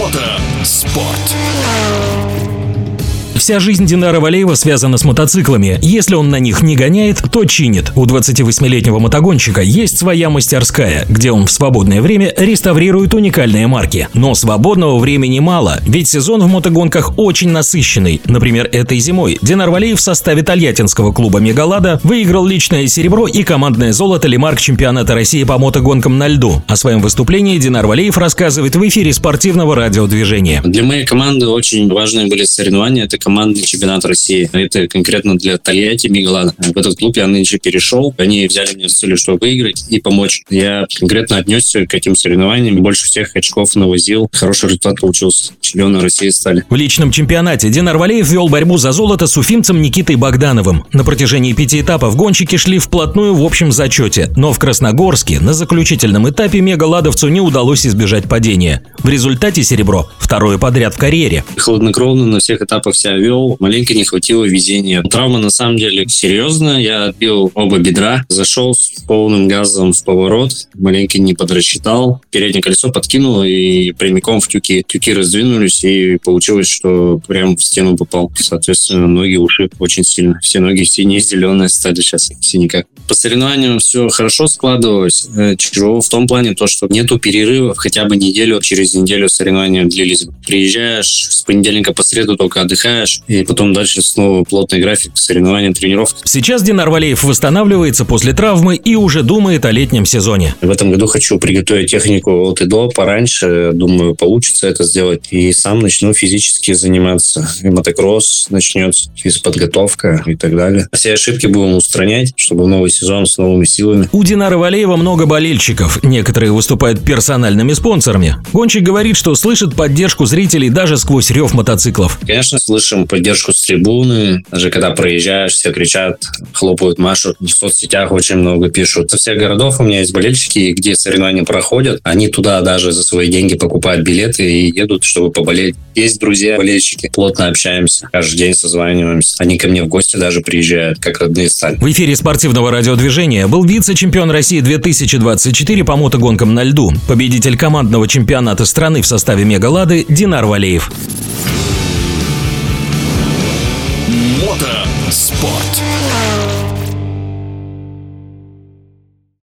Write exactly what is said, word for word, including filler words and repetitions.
Мотоспорт. Вся жизнь Динара Валеева связана с мотоциклами. Если он на них не гоняет, то чинит. У двадцативосьмилетнего мотогонщика есть своя мастерская, где он в свободное время реставрирует уникальные марки. Но свободного времени мало, ведь сезон в мотогонках очень насыщенный. Например, этой зимой Динар Валеев в составе тольяттинского клуба «Мегалада» выиграл личное серебро и командное золото Лемарк чемпионата России по мотогонкам на льду. О своем выступлении Динар Валеев рассказывает в эфире спортивного радиодвижения. Для моей команды очень важные были соревнования. Это команда чемпионата России. Это конкретно для Тольятти Мегалада. В этот клуб я нынче перешел. Они взяли меня с целью, чтобы выиграть и помочь. Я конкретно отнесся к этим соревнованиям. Больше всех очков навозил. Хороший результат получился. Чемпионы России стали. В личном чемпионате Динар Валеев вел борьбу за золото с уфимцем Никитой Богдановым. На протяжении пяти этапов гонщики шли вплотную в общем зачете. Но в Красногорске на заключительном этапе мегаладовцу не удалось избежать падения. В результате серебро второе подряд в карьере. Хладнокровно на всех этапах себя вел. Маленько не хватило везения. Травма на самом деле серьезная. Я отбил оба бедра. Зашел с полным газом в поворот. Маленько не подрасчитал. Переднее колесо подкинул и прямиком в тюки. Тюки раздвинулись и получилось, что прям в стену попал. Соответственно, ноги ушиб очень сильно. Все ноги синие, зеленые стали сейчас в синяках. По соревнованиям все хорошо складывалось. Тяжело в том плане, то, что нету перерывов хотя бы неделю. Через неделю соревнования длились. Приезжаешь с понедельника по среду, только отдыхаешь. И потом дальше снова плотный график, соревнования, тренировки. Сейчас Динар Валеев восстанавливается после травмы и уже думает о летнем сезоне. В этом году хочу приготовить технику от и до пораньше. Думаю, получится это сделать. И сам начну физически заниматься. И мотокросс начнется, физподготовка и так далее. Все ошибки будем устранять, чтобы новый сезон с новыми силами. У Динара Валеева много болельщиков. Некоторые выступают персональными спонсорами. Гонщик говорит, что слышит поддержку зрителей даже сквозь рев мотоциклов. Конечно, слышим поддержку с трибуны. Даже когда проезжаешь, все кричат, хлопают, машут. В соцсетях очень много пишут. Со всех городов у меня есть болельщики, где соревнования проходят. Они туда даже за свои деньги покупают билеты и едут, чтобы поболеть. Есть друзья, болельщики. Плотно общаемся. Каждый день созваниваемся. Они ко мне в гости даже приезжают, как родные стали. В эфире спортивного радиодвижения был вице-чемпион России две тысячи двадцать четыре по мотогонкам на льду. Победитель командного чемпионата страны в составе Мегалады Динар Валеев. Мотоспорт.